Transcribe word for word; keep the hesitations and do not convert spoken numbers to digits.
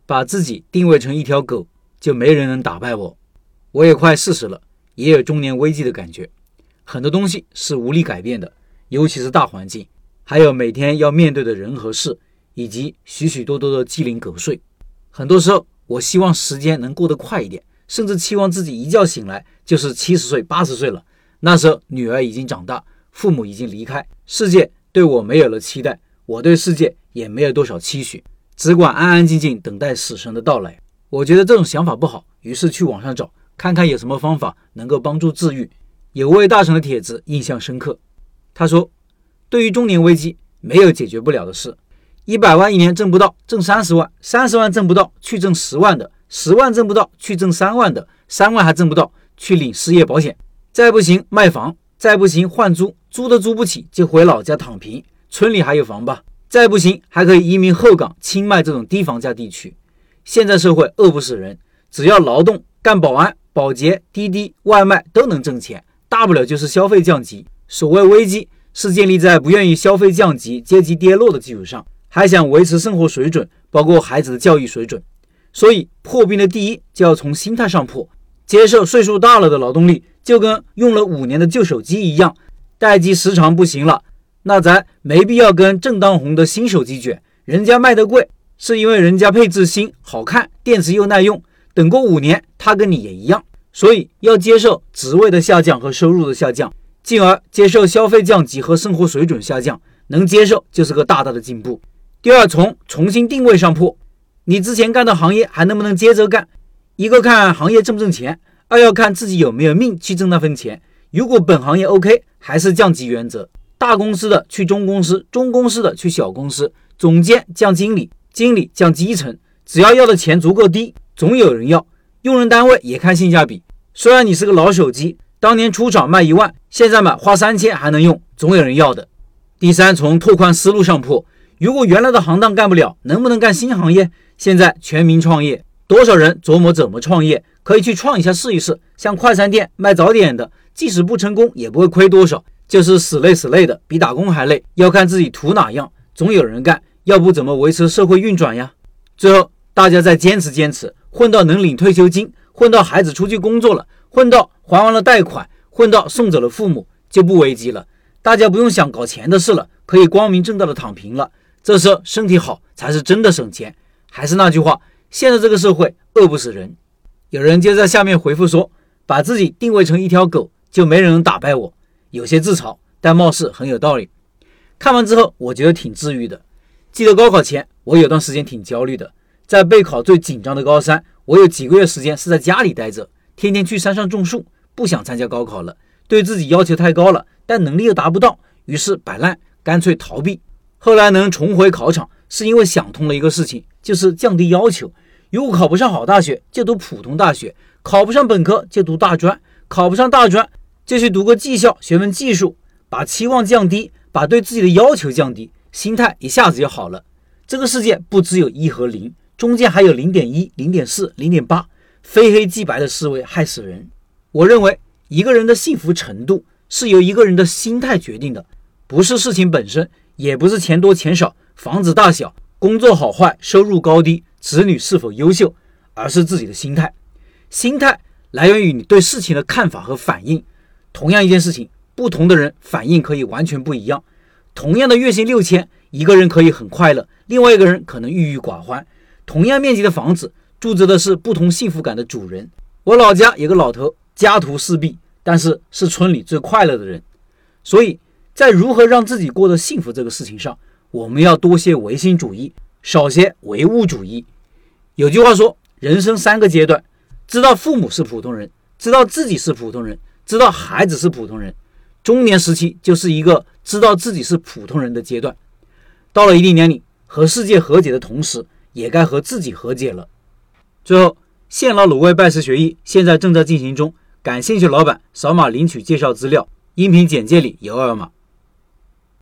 把自己定位成一条狗，就没人能打败我。我也快四十了，也有中年危机的感觉。很多东西是无力改变的，尤其是大环境，还有每天要面对的人和事，以及许许多多的鸡零狗碎。很多时候我希望时间能过得快一点，甚至期望自己一觉醒来就是七十岁八十岁了，那时候女儿已经长大，父母已经离开，世界对我没有了期待，我对世界也没有多少期许，只管安安静静等待死神的到来。我觉得这种想法不好，于是去网上找，看看有什么方法能够帮助治愈。有位大神的帖子印象深刻，他说，对于中年危机没有解决不了的事，一百万一年挣不到，挣三十万，三十万挣不到，去挣十万的，十万挣不到，去挣三万的，三万还挣不到，去领失业保险，再不行卖房，再不行换租，租都租不起就回老家躺平，村里还有房吧，再不行还可以移民鹤岗、清迈这种低房价地区。现在社会饿不死人，只要劳动，干保安、保洁、滴滴、外卖都能挣钱，大不了就是消费降级。所谓危机是建立在不愿意消费降级、阶级跌落的基础上，还想维持生活水准，包括孩子的教育水准。所以破冰的第一就要从心态上破，接受岁数大了的劳动力就跟用了五年的旧手机一样，待机时长不行了，那咱没必要跟正当红的新手机卷，人家卖得贵是因为人家配置新、好看，电池又耐用，等过五年他跟你也一样。所以要接受职位的下降和收入的下降，进而接受消费降级和生活水准下降，能接受就是个大大的进步。第二，从重新定位上破，你之前干的行业还能不能接着干？一个看行业挣不挣钱，二要看自己有没有命去挣那份钱。如果本行业 OK， 还是降级原则，大公司的去中公司，中公司的去小公司，总监降经理，经理降基层，只要要的钱足够低，总有人要。用人单位也看性价比，虽然你是个老手机，当年出厂卖一万，现在买花三千还能用，总有人要的。第三，从拓宽思路上破，如果原来的行当干不了，能不能干新行业？现在全民创业，多少人琢磨怎么创业，可以去创一下试一试。像快餐店卖早点的，即使不成功也不会亏多少，就是死累死累的，比打工还累，要看自己图哪样，总有人干，要不怎么维持社会运转呀？最后大家再坚持坚持，混到能领退休金，混到孩子出去工作了，混到还完了贷款，混到送走了父母，就不危机了。大家不用想搞钱的事了，可以光明正大的躺平了。这时候身体好才是真的省钱。还是那句话，现在这个社会饿不死人。有人就在下面回复说，把自己定位成一条狗，就没人能打败我。有些自嘲，但貌似很有道理。看完之后我觉得挺治愈的。记得高考前我有段时间挺焦虑的，在备考最紧张的高三，我有几个月时间是在家里待着，天天去山上种树，不想参加高考了，对自己要求太高了，但能力又达不到，于是摆烂，干脆逃避。后来能重回考场，是因为想通了一个事情，就是降低要求。如果考不上好大学，就读普通大学；考不上本科，就读大专；考不上大专，就去读个技校，学门技术。把期望降低，把对自己的要求降低，心态一下子就好了。这个世界不只有一和零，中间还有 零点一、零点四、零点八， 非黑即白的思维害死人。我认为一个人的幸福程度是由一个人的心态决定的，不是事情本身，也不是钱多钱少、房子大小、工作好坏、收入高低、子女是否优秀，而是自己的心态。心态来源于你对事情的看法和反应。同样一件事情，不同的人反应可以完全不一样。同样的月薪六千，一个人可以很快乐，另外一个人可能郁郁寡欢。同样面积的房子，住着的是不同幸福感的主人。我老家有个老头，家徒四壁，但是是村里最快乐的人。所以在如何让自己过得幸福这个事情上，我们要多些唯心主义，少些唯物主义。有句话说，人生三个阶段，知道父母是普通人，知道自己是普通人，知道孩子是普通人。中年时期就是一个知道自己是普通人的阶段。到了一定年龄，和世界和解的同时，也该和自己和解了。最后，现捞卤味拜师学艺现在正在进行中，感兴趣老板扫码领取介绍资料，音频简介里有二维码。